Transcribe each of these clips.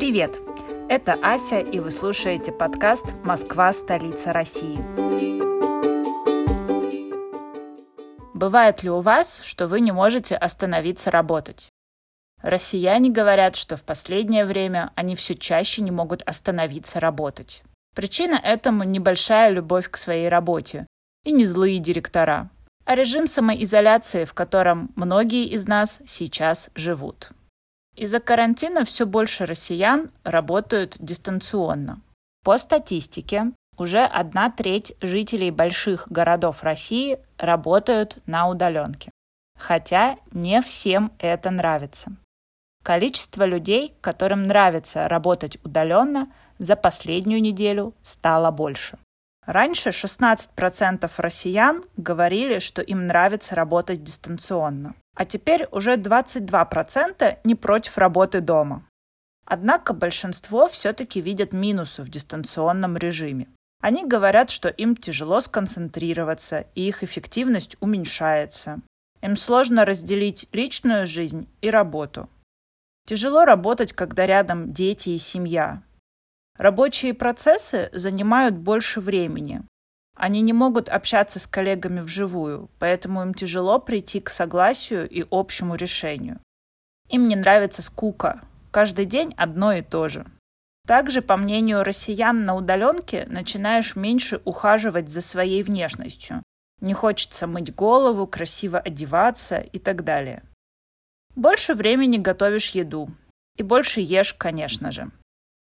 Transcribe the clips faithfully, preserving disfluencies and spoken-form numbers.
Привет! Это Ася, и вы слушаете подкаст «Москва – столица России». Бывает ли у вас, что вы не можете остановиться работать? Россияне говорят, что в последнее время они все чаще не могут остановиться работать. Причина этому – небольшая любовь к своей работе и не злые директора, а режим самоизоляции, в котором многие из нас сейчас живут. Из-за карантина все больше россиян работают дистанционно. По статистике, уже одна треть жителей больших городов России работают на удаленке. Хотя не всем это нравится. Количество людей, которым нравится работать удаленно, за последнюю неделю стало больше. Раньше шестнадцать процентов россиян говорили, что им нравится работать дистанционно. А теперь уже двадцать два процента не против работы дома. Однако большинство все-таки видят минусы в дистанционном режиме. Они говорят, что им тяжело сконцентрироваться, и их эффективность уменьшается. Им сложно разделить личную жизнь и работу. Тяжело работать, когда рядом дети и семья. Рабочие процессы занимают больше времени. Они не могут общаться с коллегами вживую, поэтому им тяжело прийти к согласию и общему решению. Им не нравится скука. Каждый день одно и то же. Также, по мнению россиян, на удаленке начинаешь меньше ухаживать за своей внешностью. Не хочется мыть голову, красиво одеваться и так далее. Больше времени готовишь еду. И больше ешь, конечно же.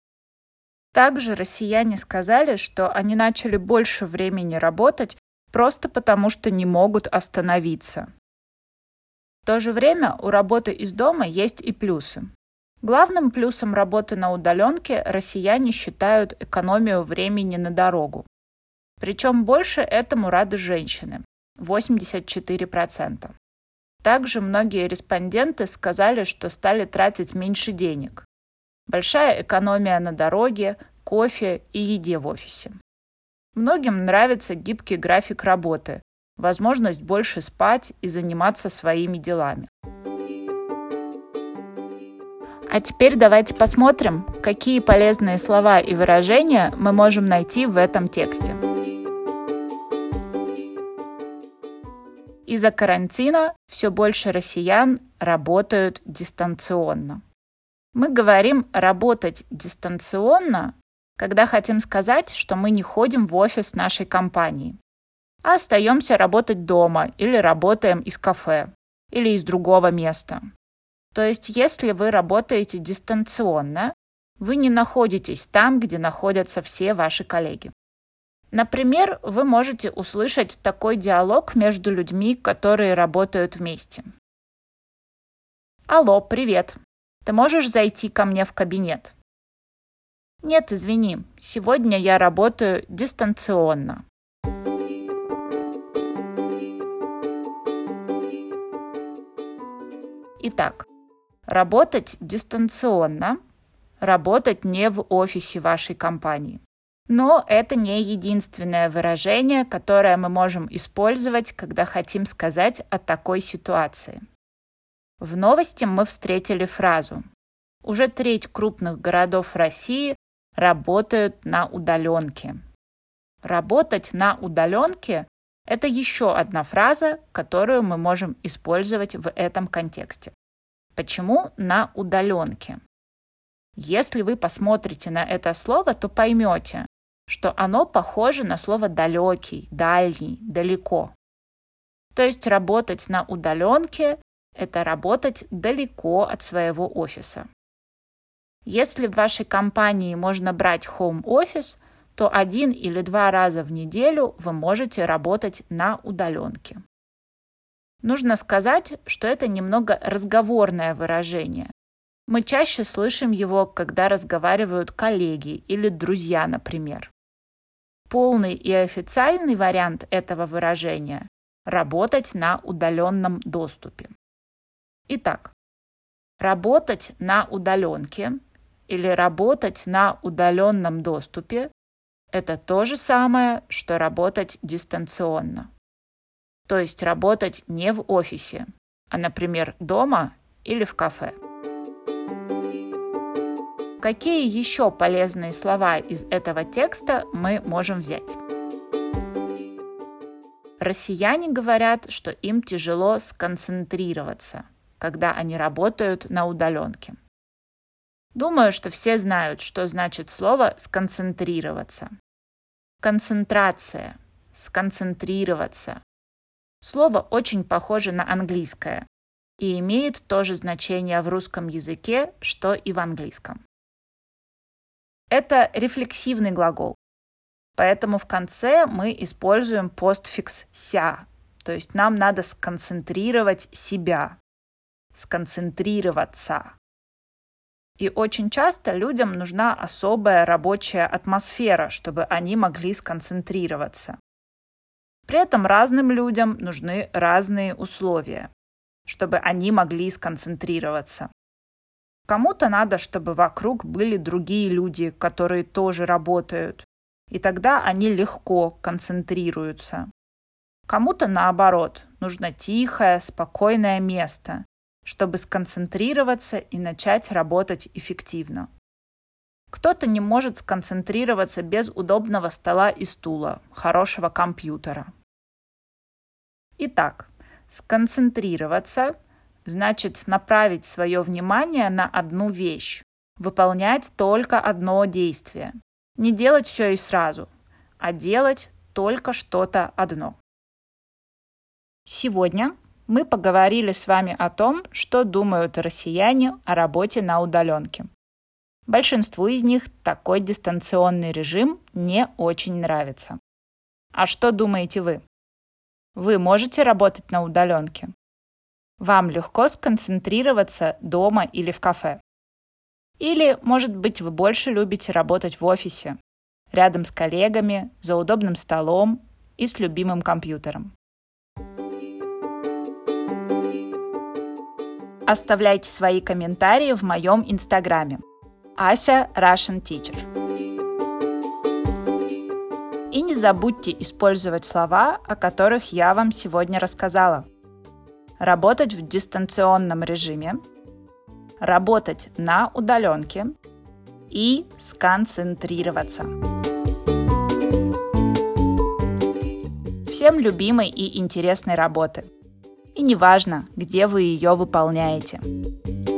Также россияне сказали, что они начали больше времени работать просто потому, что не могут остановиться. В то же время у работы из дома есть и плюсы. Главным плюсом работы на удаленке россияне считают экономию времени на дорогу. Причем больше этому рады женщины – восемьдесят четыре процента. Также многие респонденты сказали, что стали тратить меньше денег. Большая экономия на дороге, кофе и еде в офисе. Многим нравится гибкий график работы, возможность больше спать и заниматься своими делами. А теперь давайте посмотрим, какие полезные слова и выражения мы можем найти в этом тексте. Из-за карантина все больше россиян работают дистанционно. Мы говорим «работать дистанционно», когда хотим сказать, что мы не ходим в офис нашей компании, а остаемся работать дома или работаем из кафе или из другого места. То есть, если вы работаете дистанционно, вы не находитесь там, где находятся все ваши коллеги. Например, вы можете услышать такой диалог между людьми, которые работают вместе. «Алло, привет. Ты можешь зайти ко мне в кабинет?» «Нет, извини, сегодня я работаю дистанционно». Итак, работать дистанционно, работать не в офисе вашей компании. Но это не единственное выражение, которое мы можем использовать, когда хотим сказать о такой ситуации. В новости мы встретили фразу «Уже треть крупных городов России работают на удаленке». Работать на удаленке – это еще одна фраза, которую мы можем использовать в этом контексте. Почему на удаленке? Если вы посмотрите на это слово, то поймете, что оно похоже на слово «далекий», «дальний», «далеко». То есть работать на удаленке – это работать далеко от своего офиса. Если в вашей компании можно брать хоум-офис, то один или два раза в неделю вы можете работать на удаленке. Нужно сказать, что это немного разговорное выражение. Мы чаще слышим его, когда разговаривают коллеги или друзья, например. Полный и официальный вариант этого выражения – работать на удаленном доступе. Итак, работать на удаленке или работать на удаленном доступе – это то же самое, что работать дистанционно. То есть работать не в офисе, а, например, дома или в кафе. Какие еще полезные слова из этого текста мы можем взять? Россияне говорят, что им тяжело сконцентрироваться, когда они работают на удаленке. Думаю, что все знают, что значит слово «сконцентрироваться». Концентрация, сконцентрироваться. Слово очень похоже на английское и имеет то же значение в русском языке, что и в английском. Это рефлексивный глагол, поэтому в конце мы используем постфикс «ся», то есть нам надо сконцентрировать себя, сконцентрироваться. И очень часто людям нужна особая рабочая атмосфера, чтобы они могли сконцентрироваться. При этом разным людям нужны разные условия, чтобы они могли сконцентрироваться. Кому-то надо, чтобы вокруг были другие люди, которые тоже работают, и тогда они легко концентрируются. Кому-то, наоборот, нужно тихое, спокойное место, чтобы сконцентрироваться и начать работать эффективно. Кто-то не может сконцентрироваться без удобного стола и стула, хорошего компьютера. Итак, сконцентрироваться значит направить свое внимание на одну вещь, выполнять только одно действие. Не делать все и сразу, а делать только что-то одно. Сегодня мы поговорили с вами о том, что думают россияне о работе на удаленке. Большинству из них такой дистанционный режим не очень нравится. А что думаете вы? Вы можете работать на удаленке? Вам легко сконцентрироваться дома или в кафе? Или, может быть, вы больше любите работать в офисе, рядом с коллегами, за удобным столом и с любимым компьютером? Оставляйте свои комментарии в моем инстаграме Ася Russian Teacher. И не забудьте использовать слова, о которых я вам сегодня рассказала. Работать в дистанционном режиме, работать на удаленке и сконцентрироваться. Всем любимой и интересной работы. И неважно, где вы ее выполняете.